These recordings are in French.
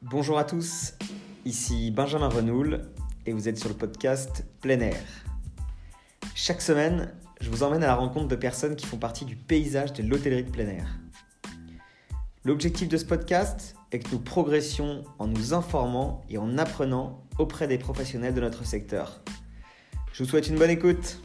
Bonjour à tous, ici Benjamin Renoul et vous êtes sur le podcast Plein Air. Chaque semaine, je vous emmène à la rencontre de personnes qui font partie du paysage de l'hôtellerie de plein air. L'objectif de ce podcast est que nous progressions en nous informant et en apprenant auprès des professionnels de notre secteur. Je vous souhaite une bonne écoute.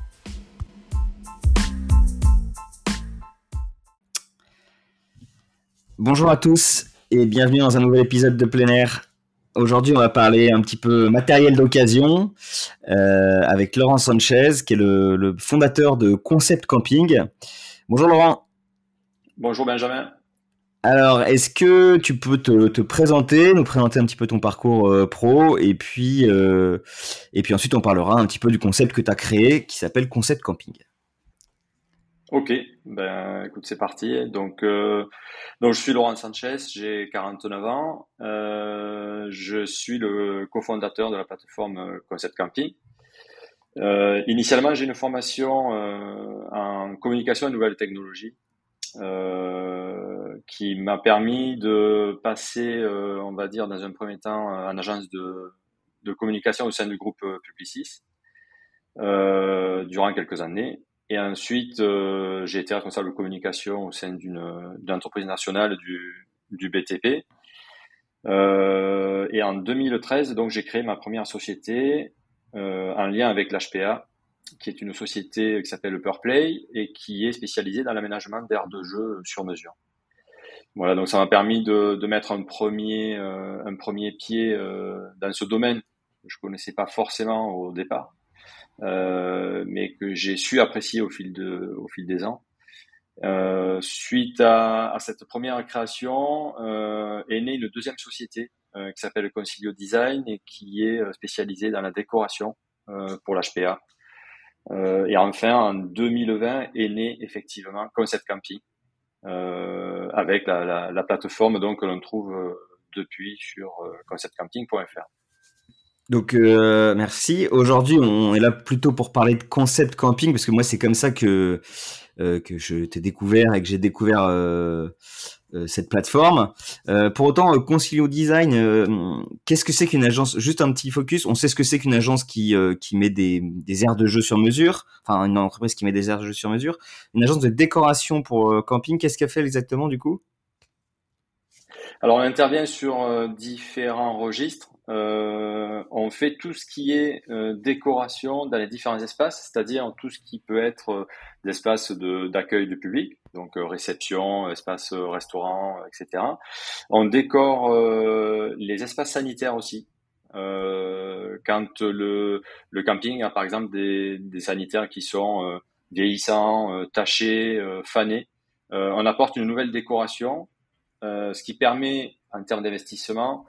Bonjour à tous et bienvenue dans un nouvel épisode de Plein Air. Aujourd'hui, on va parler un petit peu matériel d'occasion avec Laurent Sanchez, qui est le fondateur de Concept Camping. Bonjour Laurent. Bonjour Benjamin. Alors, est-ce que tu peux te présenter, nous présenter un petit peu ton parcours pro et puis ensuite on parlera un petit peu du concept que tu as créé qui s'appelle Concept Camping. Ok, écoute, c'est parti. Donc je suis Laurent Sanchez, j'ai 49 ans. Je suis le cofondateur de la plateforme Concept Camping. Initialement, j'ai une formation en communication et nouvelles technologies qui m'a permis de passer, on va dire, dans un premier temps, en agence de communication au sein du groupe Publicis durant quelques années. Et ensuite, j'ai été responsable de communication au sein d'une entreprise nationale du BTP. Et en 2013, donc, j'ai créé ma première société en lien avec l'HPA, qui est une société qui s'appelle Purplay et qui est spécialisée dans l'aménagement d'aires de jeu sur mesure. Voilà, donc ça m'a permis de mettre un premier pied dans ce domaine que je connaissais pas forcément au départ. Mais que j'ai su apprécier au fil des ans. Suite à cette première création, est née une deuxième société qui s'appelle Concilio Design et qui est spécialisée dans la décoration pour l'HPA. Et enfin, en 2020 est né effectivement Concept Camping avec la plateforme donc que l'on trouve depuis sur conceptcamping.fr. Donc merci. Aujourd'hui, on est là plutôt pour parler de concept camping parce que moi c'est comme ça que je t'ai découvert et que j'ai découvert cette plateforme. Pour autant, Concilio Design, qu'est-ce que c'est qu'une agence? Juste un petit focus. On sait ce que c'est qu'une agence qui met des aires de jeu sur mesure. Enfin, une entreprise qui met des aires de jeu sur mesure. Une agence de décoration pour camping. Qu'est-ce qu'elle fait exactement du coup? Alors, on intervient sur différents registres. On fait tout ce qui est décoration dans les différents espaces, c'est-à-dire tout ce qui peut être d'espaces d'accueil du public, donc réception, espace restaurant, etc. On décore les espaces sanitaires aussi. Quand le camping a par exemple des sanitaires qui sont vieillissants, tachés, fanés, on apporte une nouvelle décoration ce qui permet, en termes d'investissement,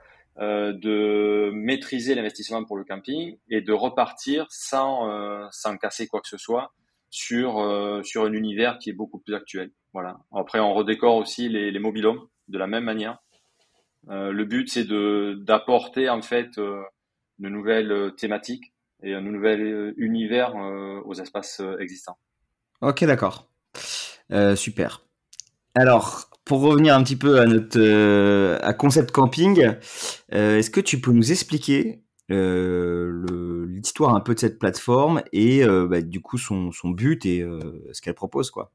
de maîtriser l'investissement pour le camping et de repartir sans casser quoi que ce soit sur un univers qui est beaucoup plus actuel. Voilà. Après, on redécore aussi les mobil-homes de la même manière. Le but, c'est d'apporter en fait une nouvelle thématique et un nouvel univers aux espaces existants. Ok, d'accord. Super. Alors, pour revenir un petit peu à notre à Concept Camping, est-ce que tu peux nous expliquer l'histoire un peu de cette plateforme et du coup son but et ce qu'elle propose quoi.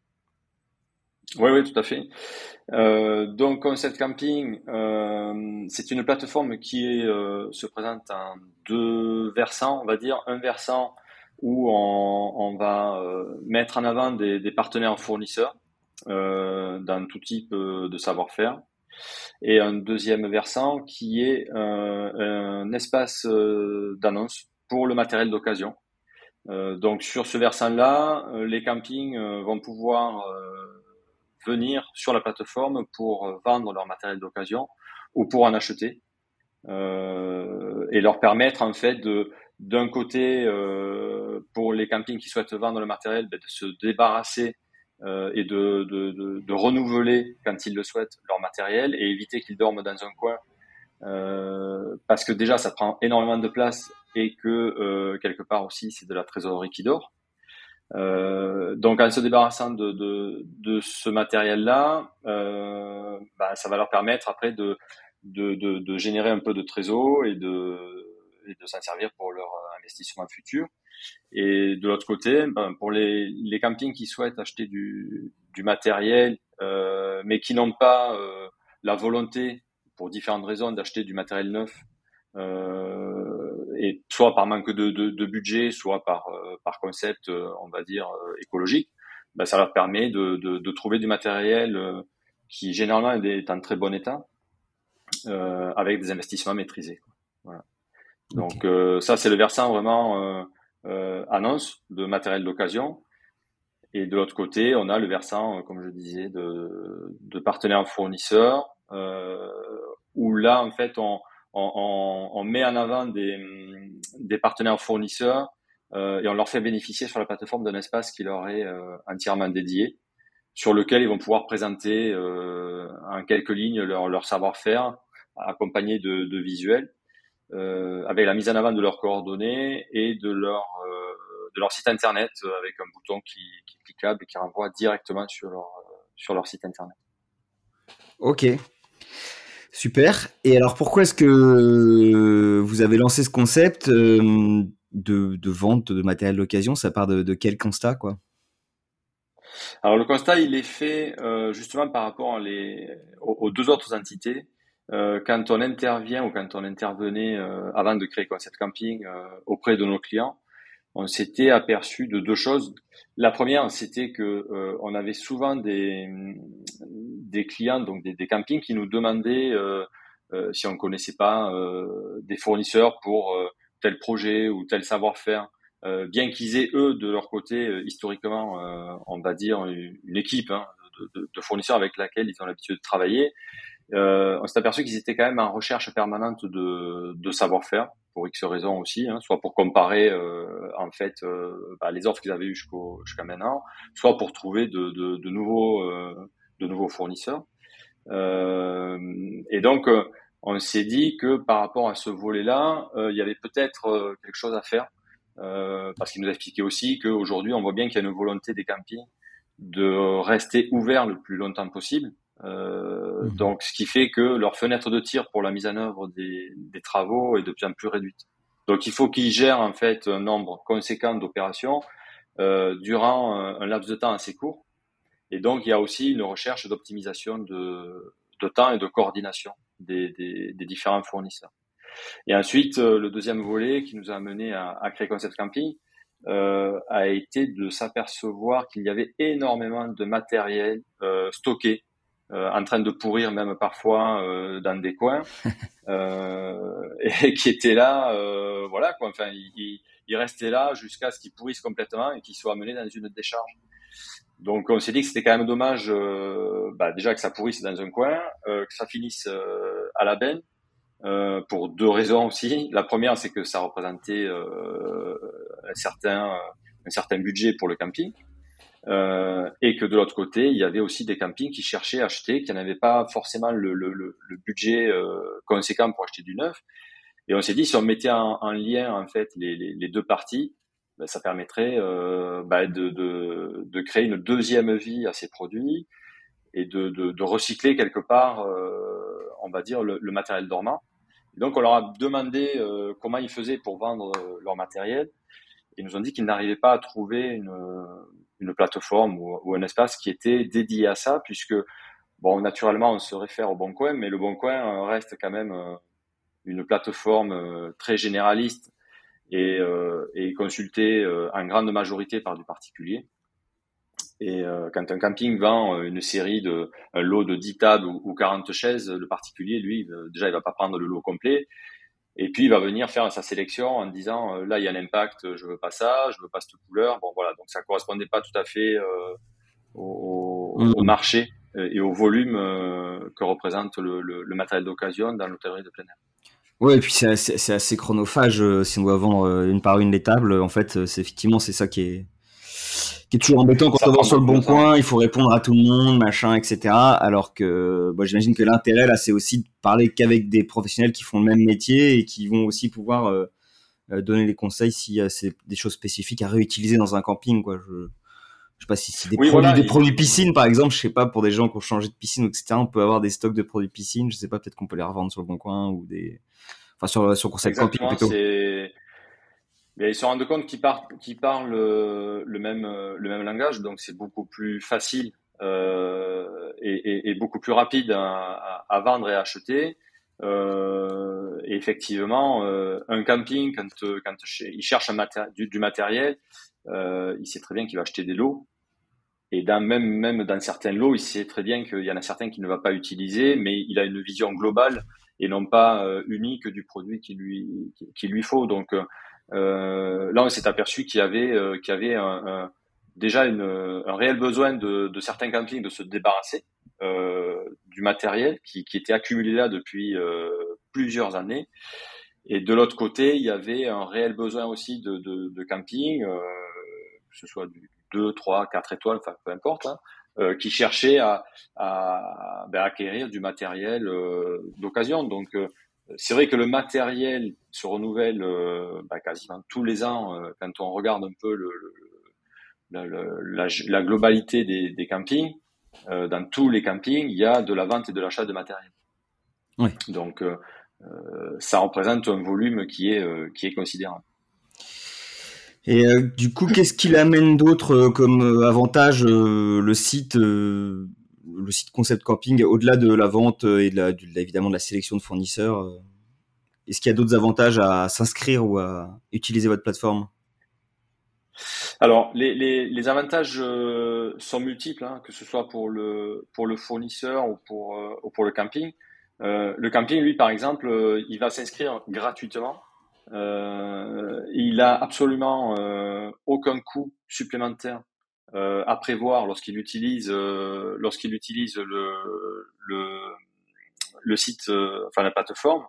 Oui, oui, tout à fait. Donc Concept Camping, c'est une plateforme se présente en deux versants, on va dire. Un versant où on va mettre en avant des partenaires fournisseurs dans tout type de savoir-faire. Et un deuxième versant qui est un espace d'annonce pour le matériel d'occasion. Donc sur ce versant-là, les campings vont pouvoir venir sur la plateforme pour vendre leur matériel d'occasion ou pour en acheter et leur permettre en fait d'un côté pour les campings qui souhaitent vendre le matériel de se débarrasser et de renouveler quand ils le souhaitent leur matériel et éviter qu'ils dorment dans un coin parce que déjà ça prend énormément de place et que quelque part aussi c'est de la trésorerie qui dort. Donc en se débarrassant de ce matériel-là, ça va leur permettre après de générer un peu de trésor et de s'en servir pour leur investissement futur. Et de l'autre côté, pour les campings qui souhaitent acheter du matériel, mais qui n'ont pas la volonté, pour différentes raisons, d'acheter du matériel neuf, et soit par manque de budget, soit par concept, on va dire, écologique, ça leur permet de trouver du matériel qui généralement est en très bon état, avec des investissements maîtrisés. Voilà. Donc ça, c'est le versant vraiment annonce de matériel d'occasion. Et de l'autre côté, on a le versant, comme je disais, de partenaires fournisseurs, où là, en fait, on met en avant des partenaires fournisseurs et on leur fait bénéficier sur la plateforme d'un espace qui leur est entièrement dédié, sur lequel ils vont pouvoir présenter en quelques lignes leur savoir-faire, accompagné de visuels, avec la mise en avant de leurs coordonnées et de leur site internet, avec un bouton qui est cliquable et qui renvoie directement sur leur site internet. Ok, super. Et alors pourquoi est-ce que vous avez lancé ce concept de vente de matériel d'occasion? Ça part de quel constat, quoi? Alors le constat, il est fait justement par rapport aux deux autres entités. Quand on intervient ou quand on intervenait avant de créer Concept Camping auprès de nos clients, on s'était aperçu de deux choses. La première, c'était que on avait souvent des clients, donc des campings, qui nous demandaient si on connaissait pas des fournisseurs pour tel projet ou tel savoir-faire, bien qu'ils aient eux de leur côté historiquement, on va dire une équipe de fournisseurs avec laquelle ils ont l'habitude de travailler. On s'est aperçu qu'ils étaient quand même en recherche permanente de savoir-faire, pour X raisons aussi, soit pour comparer en fait les offres qu'ils avaient eues jusqu'à maintenant, soit pour trouver de nouveaux fournisseurs. Et donc on s'est dit que par rapport à ce volet-là, il y avait peut-être quelque chose à faire, parce qu'il nous a expliqué aussi qu'aujourd'hui on voit bien qu'il y a une volonté des campings de rester ouverts le plus longtemps possible. Donc, ce qui fait que leur fenêtre de tir pour la mise en œuvre des travaux est de plus en plus réduite. Donc, il faut qu'ils gèrent en fait un nombre conséquent d'opérations durant un laps de temps assez court. Et donc, il y a aussi une recherche d'optimisation de temps et de coordination des différents fournisseurs. Et ensuite, le deuxième volet qui nous a amené à créer Concept Camping a été de s'apercevoir qu'il y avait énormément de matériel stocké, en train de pourrir même parfois dans des coins, et qui était là, voilà quoi. Enfin, il restait là jusqu'à ce qu'il pourrisse complètement et qu'il soit amené dans une décharge. Donc, on s'est dit que c'était quand même dommage, déjà que ça pourrisse dans un coin, que ça finisse à la benne. Pour deux raisons aussi. La première, c'est que ça représentait un certain budget pour le camping, et que de l'autre côté, il y avait aussi des campings qui cherchaient à acheter, qui n'avaient pas forcément le budget conséquent pour acheter du neuf. Et on s'est dit, si on mettait en lien en fait les deux parties, ça permettrait de créer une deuxième vie à ces produits et de recycler quelque part, on va dire, le matériel dormant. Et donc, on leur a demandé comment ils faisaient pour vendre leur matériel. Ils nous ont dit qu'ils n'arrivaient pas à trouver une plateforme ou un espace qui était dédié à ça, puisque, bon, naturellement, on se réfère au Bon Coin, mais le Bon Coin reste quand même une plateforme très généraliste et consultée en grande majorité par du particulier. Et quand un camping vend un lot de 10 tables ou 40 chaises, le particulier, lui, déjà, il va pas prendre le lot complet. Et puis, il va venir faire sa sélection en disant, là, il y a un impact, je veux pas ça, je veux pas cette couleur. Bon, voilà. Donc, ça correspondait pas tout à fait au marché et au volume que représente le matériel d'occasion dans l'hôtellerie de plein air. Ouais, et puis c'est assez chronophage si on doit vendre une par une les tables. En fait, c'est ça qui est toujours embêtant quand on va sur le Bon Coin. Il faut répondre à tout le monde, machin, etc. Alors que, j'imagine que l'intérêt là, c'est aussi de parler qu'avec des professionnels qui font le même métier et qui vont aussi pouvoir donner des conseils s'il y a des choses spécifiques à réutiliser dans un camping, quoi. Je sais pas si des Oui, produits, voilà. des produits piscine, par exemple, je sais pas, pour des gens qui ont changé de piscine, etc. On peut avoir des stocks de produits piscine. Je sais pas, peut-être qu'on peut les revendre sur le Bon Coin ou enfin, sur Concept Camping Exactement. plutôt. Mais ils se rendent compte qu'ils parlent le même langage, donc c'est beaucoup plus facile et beaucoup plus rapide à vendre et à acheter. Et effectivement, un camping, quand il cherche du matériel, il sait très bien qu'il va acheter des lots. Et même dans certains lots, il sait très bien qu'il y en a certains qu'il ne va pas utiliser, mais il a une vision globale et non pas unique du produit qu'il lui faut. Donc là, on s'est aperçu qu'il y avait déjà un réel besoin de certains campings de se débarrasser du matériel qui était accumulé là depuis plusieurs années. Et de l'autre côté, il y avait un réel besoin aussi de camping, que ce soit du 2, 3, 4 étoiles, enfin peu importe, hein, qui cherchaient à acquérir du matériel d'occasion. Donc c'est vrai que le matériel se renouvelle quasiment tous les ans quand on regarde un peu la globalité des campings. Dans tous les campings, il y a de la vente et de l'achat de matériel. Oui. Donc ça représente un volume qui est considérable. Et du coup, qu'est-ce qu'il amène d'autre comme avantage le site Concept Camping, au-delà de la vente et évidemment de la sélection de fournisseurs est-ce qu'il y a d'autres avantages à s'inscrire ou à utiliser votre plateforme? Alors, les avantages sont multiples, hein, que ce soit pour le fournisseur ou pour le camping. Le camping, lui, par exemple, il va s'inscrire gratuitement. Il a absolument aucun coût supplémentaire à prévoir lorsqu'il utilise le, le site, enfin la plateforme.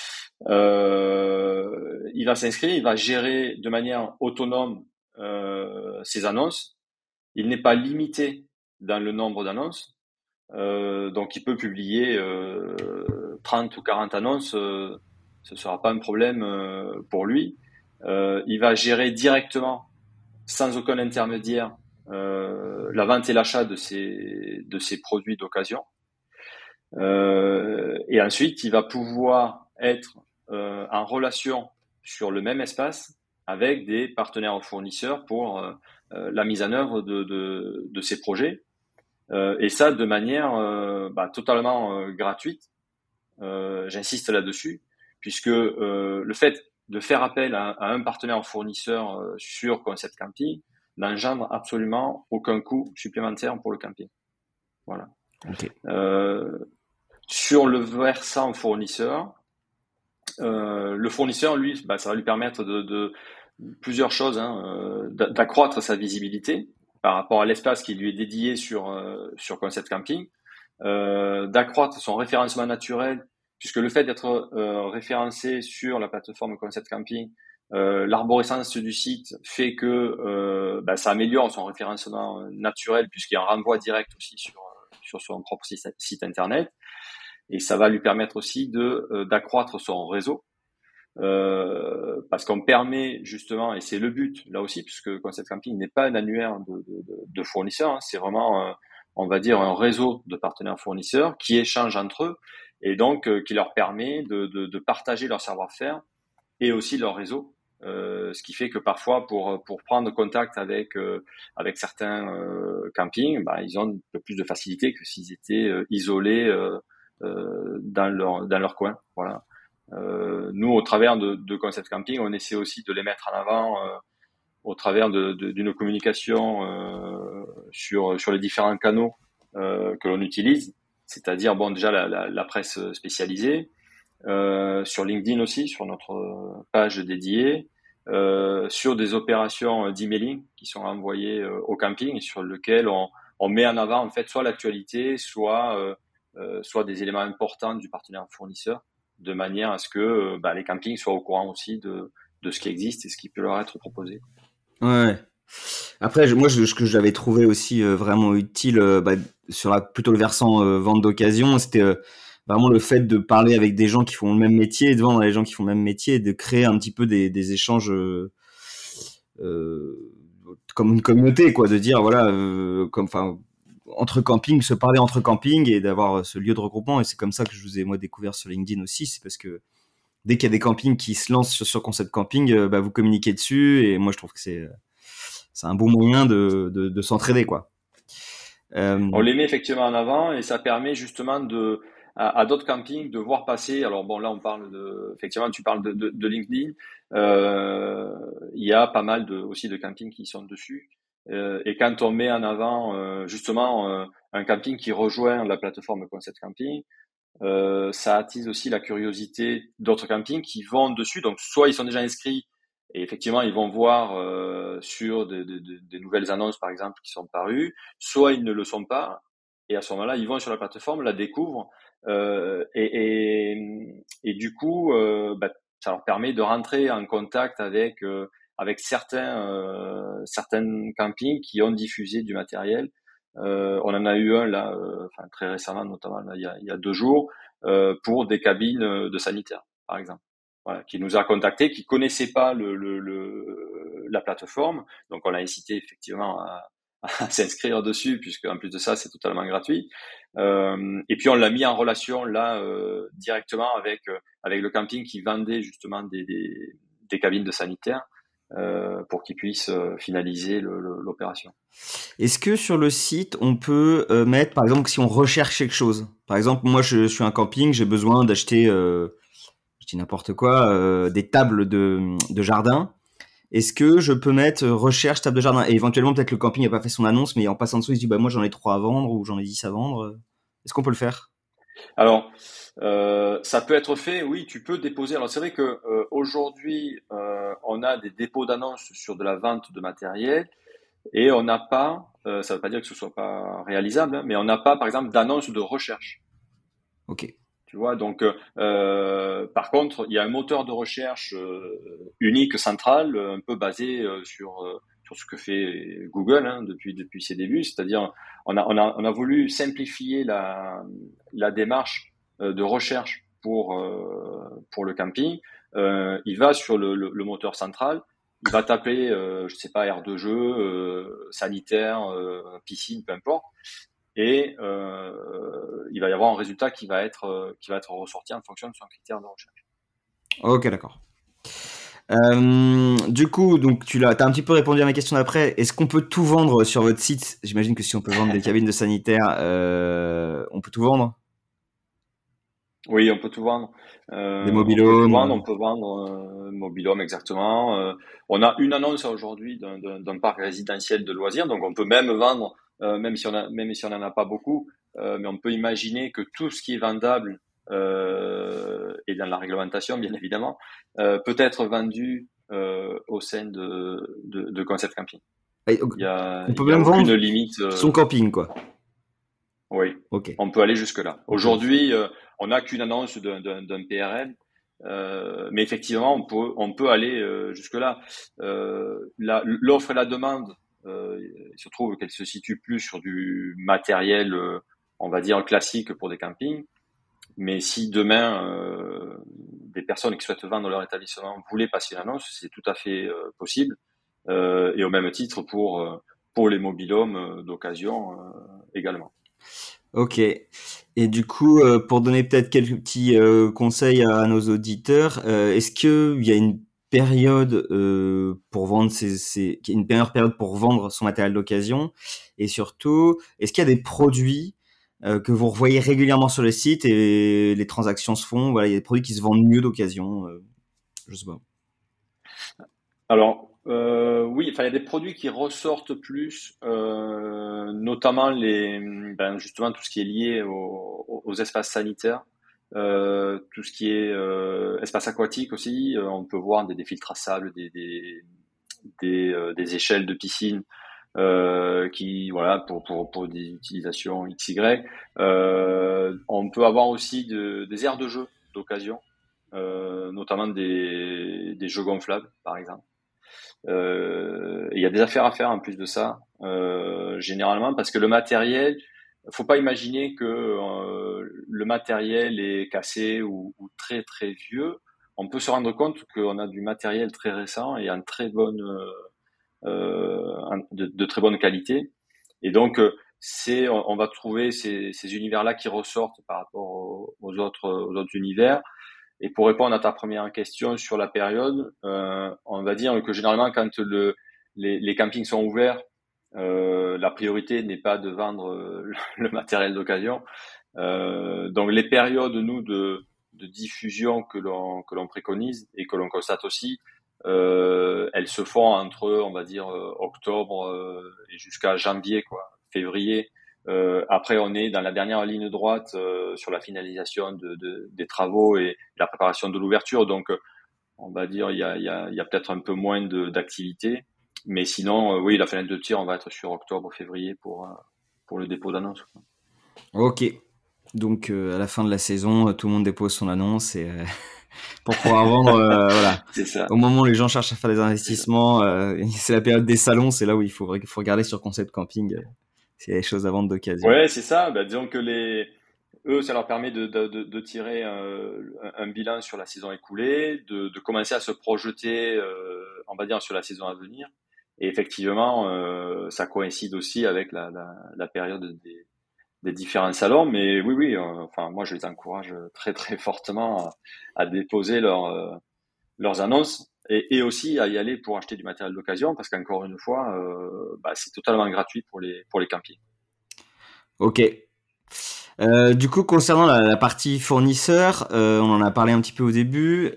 Il va s'inscrire, il va gérer de manière autonome ses annonces. Il n'est pas limité dans le nombre d'annonces. Donc il peut publier 30 ou 40 annonces, ce ne sera pas un problème pour lui. Il va gérer directement, sans aucun intermédiaire, la vente et l'achat de ses produits d'occasion. Et ensuite, il va pouvoir être en relation sur le même espace avec des partenaires fournisseurs pour la mise en œuvre de ces projets. Et ça de manière totalement gratuite. J'insiste là-dessus, puisque le fait de faire appel à un partenaire fournisseur sur Concept Camping n'engendre absolument aucun coût supplémentaire pour le camping. Voilà. Okay. Sur le versant fournisseur, le fournisseur, lui, ça va lui permettre de plusieurs choses, hein, d'accroître sa visibilité par rapport à l'espace qui lui est dédié sur Concept Camping, d'accroître son référencement naturel, puisque le fait d'être référencé sur la plateforme Concept Camping, l'arborescence du site fait que ça améliore son référencement naturel, puisqu'il y a un renvoi direct aussi sur son propre site internet. Et ça va lui permettre aussi d'accroître son réseau, parce qu'on permet justement, et c'est le but là aussi, puisque Concept Camping n'est pas un annuaire de fournisseurs, hein, c'est vraiment, on va dire, un réseau de partenaires fournisseurs qui échangent entre eux et donc qui leur permet de partager leur savoir-faire et aussi leur réseau. Ce qui fait que parfois, pour prendre contact avec certains campings, ils ont un peu plus de facilité que s'ils étaient isolés dans leur coin. Voilà. Nous, au travers de Concept Camping, on essaie aussi de les mettre en avant au travers d'une communication sur les différents canaux que l'on utilise, c'est-à-dire déjà la presse spécialisée, sur LinkedIn aussi, sur notre page dédiée, sur des opérations d'emailing qui sont envoyées au camping et sur lequel on met en avant en fait soit l'actualité, soit des éléments importants du partenaire fournisseur, de manière à ce que les campings soient au courant aussi de ce qui existe et ce qui peut leur être proposé. Ouais. Après, ce que j'avais trouvé aussi vraiment utile sur plutôt le versant vente d'occasion, c'était vraiment le fait de parler avec des gens qui font le même métier, de vendre à des gens qui font le même métier, et de créer un petit peu des échanges comme une communauté, quoi, de dire voilà, enfin entre camping, se parler entre camping et d'avoir ce lieu de regroupement. Et c'est comme ça que je vous ai moi découvert sur LinkedIn aussi. C'est parce que dès qu'il y a des campings qui se lancent sur Concept Camping, vous communiquez dessus. Et moi, je trouve que c'est un bon moyen de s'entraider, quoi. On les met effectivement en avant et ça permet justement à d'autres campings de voir passer. Alors bon, là on parle effectivement, tu parles de LinkedIn. Il y a pas mal aussi de campings qui sont dessus. Et quand on met en avant justement un camping qui rejoint la plateforme Concept Camping, ça attise aussi la curiosité d'autres campings qui vont dessus. Donc soit ils sont déjà inscrits et effectivement ils vont voir sur des nouvelles annonces par exemple qui sont parues, soit ils ne le sont pas et à ce moment-là ils vont sur la plateforme, la découvrent et du coup ça leur permet de rentrer en contact avec certains campings qui ont diffusé du matériel. On en a eu un là, très récemment, notamment là, il y a 2 jours, pour des cabines de sanitaires, par exemple. Voilà, qui nous a contacté, qui connaissait pas la plateforme, donc on l'a incité effectivement à s'inscrire dessus, puisque en plus de ça, c'est totalement gratuit. Et puis on l'a mis en relation là directement avec le camping qui vendait justement des cabines de sanitaires pour qu'ils puissent finaliser l'opération. Est-ce que sur le site, on peut mettre, par exemple, si on recherche quelque chose. Par exemple, moi, je suis un camping, j'ai besoin d'acheter, je dis n'importe quoi, des tables de jardin. Est-ce que je peux mettre recherche table de jardin et éventuellement peut-être le camping n'a pas fait son annonce, mais en passant dessous, il se dit moi j'en ai 3 à vendre ou j'en ai 10 à vendre. Est-ce qu'on peut le faire? Alors, ça peut être fait, oui, tu peux déposer. Alors, c'est vrai que aujourd'hui, on a des dépôts d'annonces sur de la vente de matériel et on n'a pas, ça ne veut pas dire que ce soit pas réalisable, hein, mais on n'a pas, par exemple, d'annonce de recherche. Ok. Tu vois, donc, par contre, il y a un moteur de recherche unique, central, un peu basé sur ce que fait Google hein, depuis ses débuts. C'est-à-dire, on a voulu simplifier la démarche de recherche pour le camping. Il va sur le moteur central, il va taper, je sais pas, aire de jeu, sanitaire, piscine, peu importe et il va y avoir un résultat qui va être ressorti en fonction de son critère de recherche. Ok, d'accord. Du coup, donc t'as un petit peu répondu à ma question d'après. Est-ce qu'on peut tout vendre sur votre site? J'imagine que si on peut vendre des cabines de sanitaires, on peut tout vendre. Oui, on peut tout vendre. Des On peut tout vendre. mobilhomes. On peut vendre mobil-home exactement. On a une annonce aujourd'hui d'un parc résidentiel de loisirs, donc on peut même vendre, même si on en a pas beaucoup, mais on peut imaginer que tout ce qui est vendable et dans la réglementation, bien évidemment, peut être vendu au sein de Concept Camping. Et Il y a, on peut il y a même aucune vendre limite. son camping, quoi. Oui, Ok. on peut aller jusque-là. On peut. Aujourd'hui, on n'a qu'une annonce d'un PRL, mais effectivement, on peut aller jusque-là. L'offre et la demande, il se trouve qu'elle se situe plus sur du matériel, on va dire classique pour des campings. Mais si demain, des personnes qui souhaitent vendre leur établissement voulaient passer une annonce, c'est tout à fait possible. Et au même titre pour les mobilhomes d'occasion également. Ok. Et du coup, pour donner peut-être quelques petits conseils à nos auditeurs, est-ce qu'il y a une période pour vendre une meilleure période pour vendre son matériel d'occasion? Et surtout, est-ce qu'il y a des produits que vous revoyez régulièrement sur le site et les transactions se font? Voilà, il y a des produits qui se vendent mieux d'occasion. Je sais pas. Alors, oui, enfin, il y a des produits qui ressortent plus, notamment justement tout ce qui est lié aux espaces sanitaires, tout ce qui est espace aquatique aussi. On peut voir des filtres à sable, des échelles de piscine qui, voilà, pour des utilisations XY. On peut avoir aussi des aires de jeu d'occasion, notamment des jeux gonflables, par exemple. Il y a des affaires à faire en plus de ça, généralement, parce que le matériel, faut pas imaginer que le matériel est cassé ou très très vieux. On peut se rendre compte qu'on a du matériel très récent et en très bonne de très bonne qualité. Et donc, on va trouver ces univers-là qui ressortent par rapport aux autres univers. Et pour répondre à ta première question sur la période, on va dire que généralement, quand les campings sont ouverts, la priorité n'est pas de vendre le matériel d'occasion. Donc les périodes, nous, de diffusion que l'on préconise et que l'on constate aussi, elles se font entre, on va dire, octobre et jusqu'à janvier, quoi, février. Après, on est dans la dernière ligne droite sur la finalisation des travaux et la préparation de l'ouverture. Donc, on va dire, il y a peut-être un peu moins d'activité. Mais sinon, oui, la fenêtre de tir, on va être sur octobre-février pour le dépôt d'annonce. Ok. Donc à la fin de la saison, tout le monde dépose son annonce et pour pouvoir vendre, voilà. C'est ça. Au moment où les gens cherchent à faire des C'est ça. investissements, c'est la période des salons, c'est là où il faut regarder sur Concept Camping s'il y a des choses à vendre d'occasion. Ouais, c'est ça. Bah, disons que eux, ça leur permet de tirer un bilan sur la saison écoulée, de commencer à se projeter, on va dire, sur la saison à venir. Et effectivement, ça coïncide aussi avec la période des différents salons. Mais oui, oui, enfin, moi, je les encourage très, très fortement à déposer leurs annonces et aussi à y aller pour acheter du matériel d'occasion parce qu'encore une fois, c'est totalement gratuit pour les campings. Ok. Du coup, concernant la partie fournisseur, on en a parlé un petit peu au début.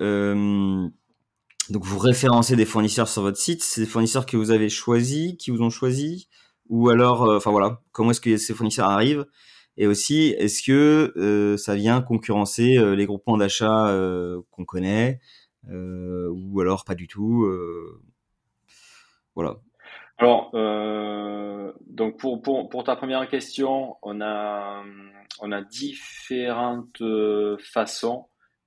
Donc, vous référencez des fournisseurs sur votre site. C'est des fournisseurs que vous avez choisis, qui vous ont choisi, ou alors, enfin voilà, comment est-ce que ces fournisseurs arrivent? Et aussi, est-ce que ça vient concurrencer les groupements d'achat qu'on connaît, ou alors pas du tout? Voilà. Alors, donc pour ta première question, on a différentes façons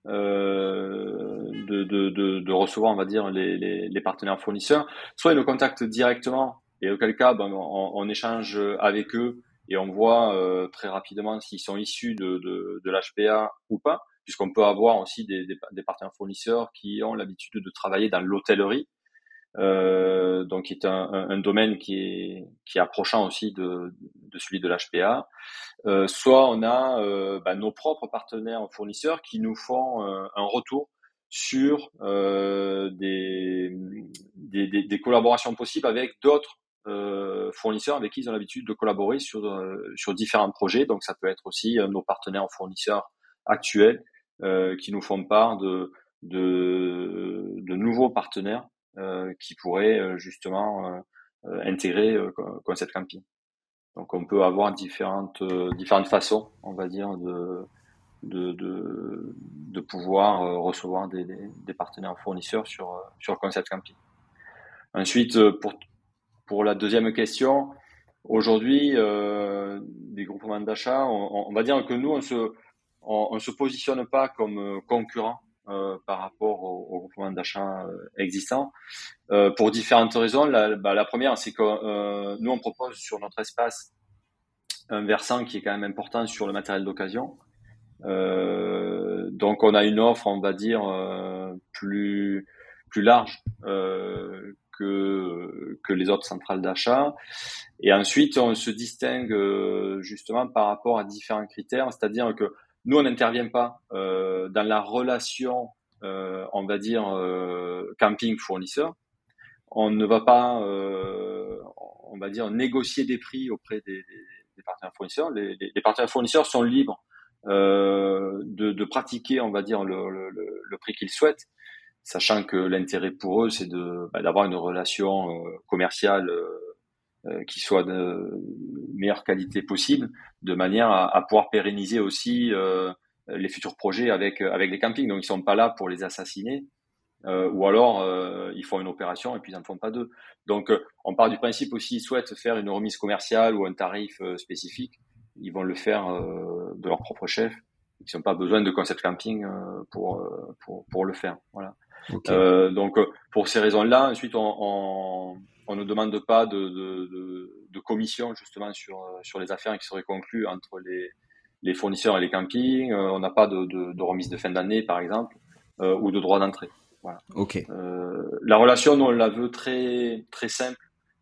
de recevoir, on va dire, les partenaires fournisseurs. Soit ils nous contactent directement, et auquel cas, ben, on échange avec eux et on voit très rapidement s'ils sont issus de l'HPA ou pas, puisqu'on peut avoir aussi des partenaires fournisseurs qui ont l'habitude de travailler dans l'hôtellerie. Donc qui est un domaine qui est approchant aussi de celui de l'HPA. Soit on a nos propres partenaires fournisseurs qui nous font un retour sur des collaborations possibles avec d'autres fournisseurs avec qui ils ont l'habitude de collaborer sur différents projets. Donc ça peut être aussi nos partenaires fournisseurs actuels qui nous font part de nouveaux partenaires qui pourraient justement intégrer Concept Camping. Donc on peut avoir différentes façons, on va dire, de pouvoir recevoir des partenaires fournisseurs sur Concept Camping. Ensuite, pour la deuxième question, aujourd'hui, des groupements d'achat, on va dire que nous, on se positionne pas comme concurrent par rapport aux groupements d'achat existants. Pour différentes raisons. La première, c'est que nous, on propose sur notre espace un versant qui est quand même important sur le matériel d'occasion. Donc, on a une offre, on va dire, plus large que les autres centrales d'achat. Et ensuite, on se distingue justement par rapport à différents critères, c'est-à-dire que nous, on n'intervient pas dans la relation, on va dire, camping-fournisseur. On ne va pas, on va dire, négocier des prix auprès des partenaires fournisseurs. Les partenaires fournisseurs sont libres de pratiquer, on va dire, le prix qu'ils souhaitent, sachant que l'intérêt pour eux, c'est d'avoir une relation commerciale qui soit de meilleure qualité possible, de manière à pouvoir pérenniser aussi les futurs projets avec les campings. Donc, ils sont pas là pour les assassiner. Ou alors ils font une opération et puis ils n'en font pas deux. Donc on part du principe aussi, ils souhaitent faire une remise commerciale ou un tarif spécifique, ils vont le faire de leur propre chef. Ils n'ont pas besoin de concept camping pour le faire. Voilà. Okay. Donc pour ces raisons-là, ensuite on ne demande pas de commission justement sur les affaires qui seraient conclues entre les fournisseurs et les campings. On n'a pas de remise de fin d'année par exemple ou de droit d'entrée. Voilà. Ok. La relation, nous, on la veut très très simple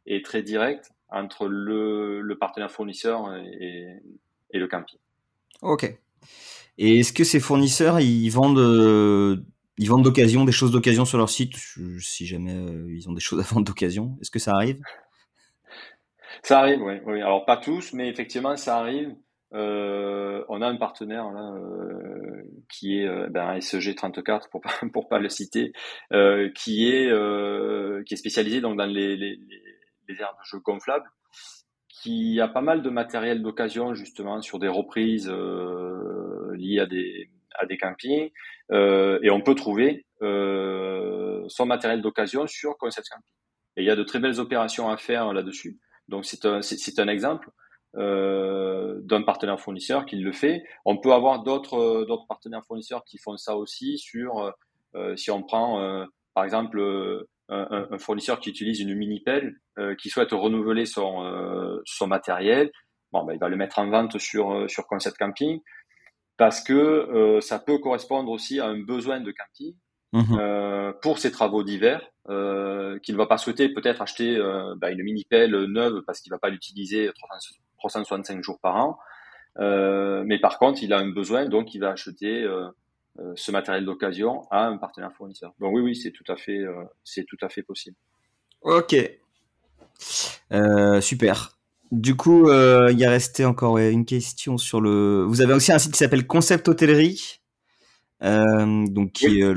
est très direct entre le partenaire fournisseur et le camping. Ok. Et est-ce que ces fournisseurs, ils vendent d'occasion, des choses d'occasion sur leur site, si jamais ils ont des choses à vendre d'occasion? Est-ce que ça arrive? Ça arrive, oui, oui. Alors pas tous, mais effectivement, ça arrive. On a un partenaire là, qui est SG34 pour pas le citer, qui est spécialisé donc dans les aires de jeux gonflables, qui a pas mal de matériel d'occasion justement sur des reprises liées à des campings, et on peut trouver son matériel d'occasion sur Concept Camping. Et il y a de très belles opérations à faire là-dessus. Donc c'est un exemple d'un partenaire fournisseur qui le fait. On peut avoir d'autres partenaires fournisseurs qui font ça aussi sur si on prend par exemple un fournisseur qui utilise une mini pelle, qui souhaite renouveler son matériel. Bon, ben, il va le mettre en vente sur Concept Camping parce que ça peut correspondre aussi à un besoin de camping pour ses travaux d'hiver, qu'il ne va pas souhaiter peut-être acheter une mini pelle neuve parce qu'il ne va pas l'utiliser 365 jours par an. Mais par contre, il a un besoin, donc il va acheter ce matériel d'occasion à un partenaire fournisseur. Donc oui, oui, c'est tout à fait possible. Ok. Super. Du coup, il y a resté encore une question sur le. Vous avez aussi un site qui s'appelle Concept Hôtellerie, donc qui Oui, est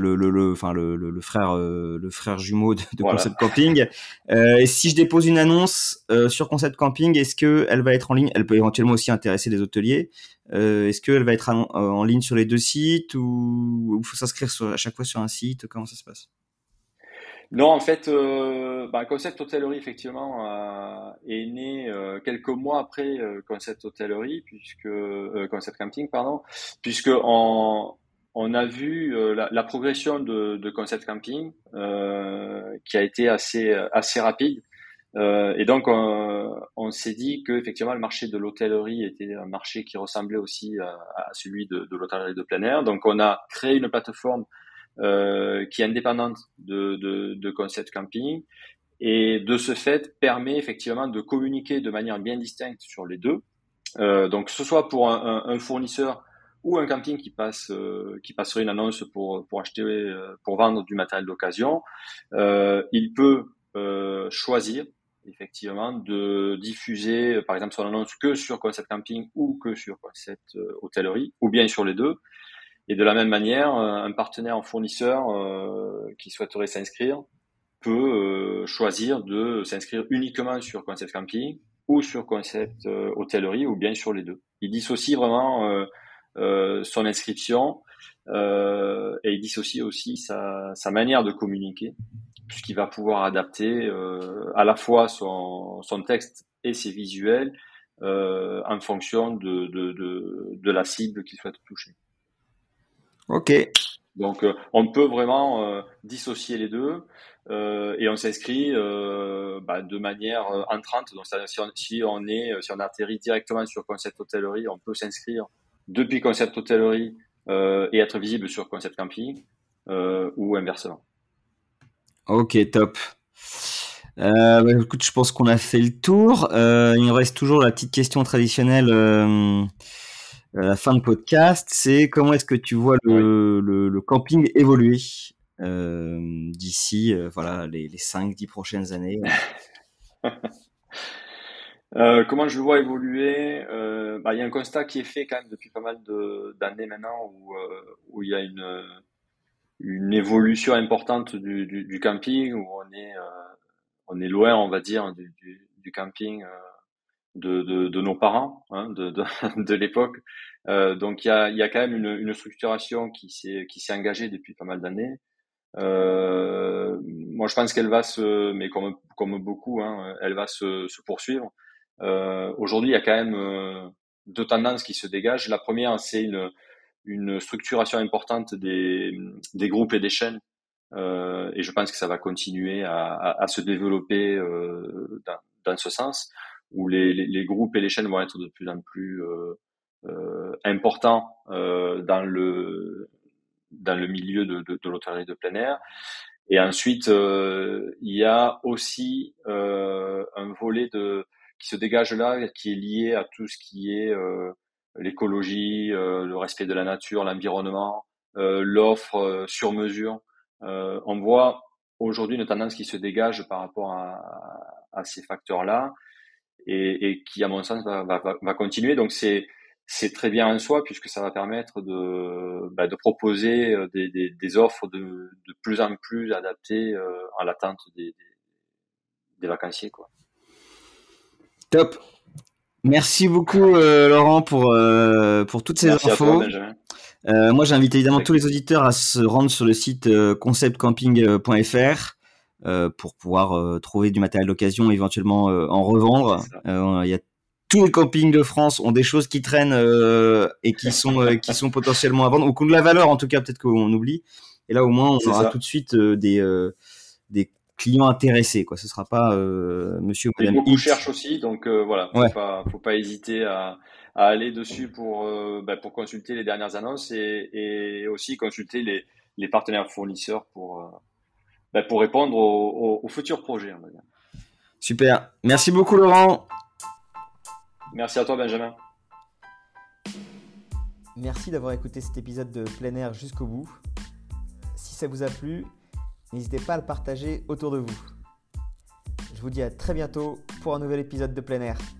le frère jumeau de voilà. Concept Camping. Et si je dépose une annonce sur Concept Camping, est-ce que elle va être en ligne? Elle peut éventuellement aussi intéresser des hôteliers. Est-ce qu'elle va être en ligne sur les deux sites ou il faut s'inscrire à chaque fois sur un site? Comment ça se passe? Non, en fait, Concept Hôtellerie, effectivement, est né quelques mois après Concept Hôtellerie, Concept Camping, pardon, puisque on a vu la progression de Concept Camping qui a été assez rapide. Et donc, on s'est dit que effectivement, le marché de l'hôtellerie était un marché qui ressemblait aussi à celui de l'hôtellerie de plein air. Donc, on a créé une plateforme qui est indépendante de Concept Camping et de ce fait permet effectivement de communiquer de manière bien distincte sur les deux. Donc que ce soit pour un fournisseur ou un camping qui passerait une annonce pour acheter pour vendre du matériel d'occasion, il peut choisir effectivement de diffuser par exemple son annonce que sur Concept Camping ou que sur Concept Hôtellerie ou bien sur les deux. Et de la même manière, un partenaire en fournisseur qui souhaiterait s'inscrire peut choisir de s'inscrire uniquement sur Concept Camping ou sur Concept Hôtellerie ou bien sur les deux. Il dissocie vraiment son inscription et il dissocie aussi sa manière de communiquer puisqu'il va pouvoir adapter à la fois son texte et ses visuels en fonction de la cible qu'il souhaite toucher. Ok. Donc, on peut vraiment dissocier les deux et on s'inscrit de manière entrante. Donc, si on atterrit directement sur Concept Hôtellerie, on peut s'inscrire depuis Concept Hôtellerie et être visible sur Concept Camping ou inversement. Ok, top. Écoute, je pense qu'on a fait le tour. Il nous reste toujours la petite question traditionnelle à la fin de podcast. C'est comment est-ce que tu vois Oui. le camping évoluer d'ici voilà, les 5-10 prochaines années? Comment je le vois évoluer? Il y a un constat qui est fait quand même depuis pas mal d'années maintenant où il y a une évolution importante du camping, où on est loin, on va dire, du camping de nos parents, hein, de l'époque. Donc il y a quand même une structuration qui s'est engagée depuis pas mal d'années. Moi, je pense qu'elle va mais comme beaucoup, hein, elle va se poursuivre. Aujourd'hui, il y a quand même deux tendances qui se dégagent. La première, c'est une structuration importante des groupes et des chaînes. Et je pense que ça va continuer à se développer dans ce sens, où les groupes et les chaînes vont être de plus en plus importants dans le milieu de l'hôtellerie de plein air. Et ensuite, il y a aussi un volet qui se dégage là, qui est lié à tout ce qui est l'écologie, le respect de la nature, l'environnement, l'offre sur mesure. On voit aujourd'hui une tendance qui se dégage par rapport à ces facteurs-là et qui, à mon sens, va continuer. Donc, c'est très bien en soi puisque ça va permettre de proposer des offres de plus en plus adaptées à l'attente des vacanciers, quoi. Top. Merci beaucoup Laurent pour toutes ces Merci à toi, infos. Benjamin. Moi, j'invite évidemment Avec tous les plaisir. auditeurs à se rendre sur le site conceptcamping.fr pour pouvoir trouver du matériel d'occasion, éventuellement en revendre. C'est ça. Il y a tous les campings de France ont des choses qui traînent et qui sont potentiellement à vendre ou qui ont de la valeur, en tout cas peut-être qu'on oublie. Et là, au moins, on C'est aura ça. tout de suite des clients intéressés, quoi. Ce sera pas Monsieur ou Et Madame beaucoup X. cherchent aussi, donc voilà, Ouais. faut pas hésiter à aller dessus pour consulter les dernières annonces et aussi consulter les partenaires fournisseurs pour répondre aux futurs projets, on va dire. Super. Merci beaucoup, Laurent. Merci à toi, Benjamin. Merci d'avoir écouté cet épisode de plein air jusqu'au bout. Si ça vous a plu, n'hésitez pas à le partager autour de vous. Je vous dis à très bientôt pour un nouvel épisode de plein air.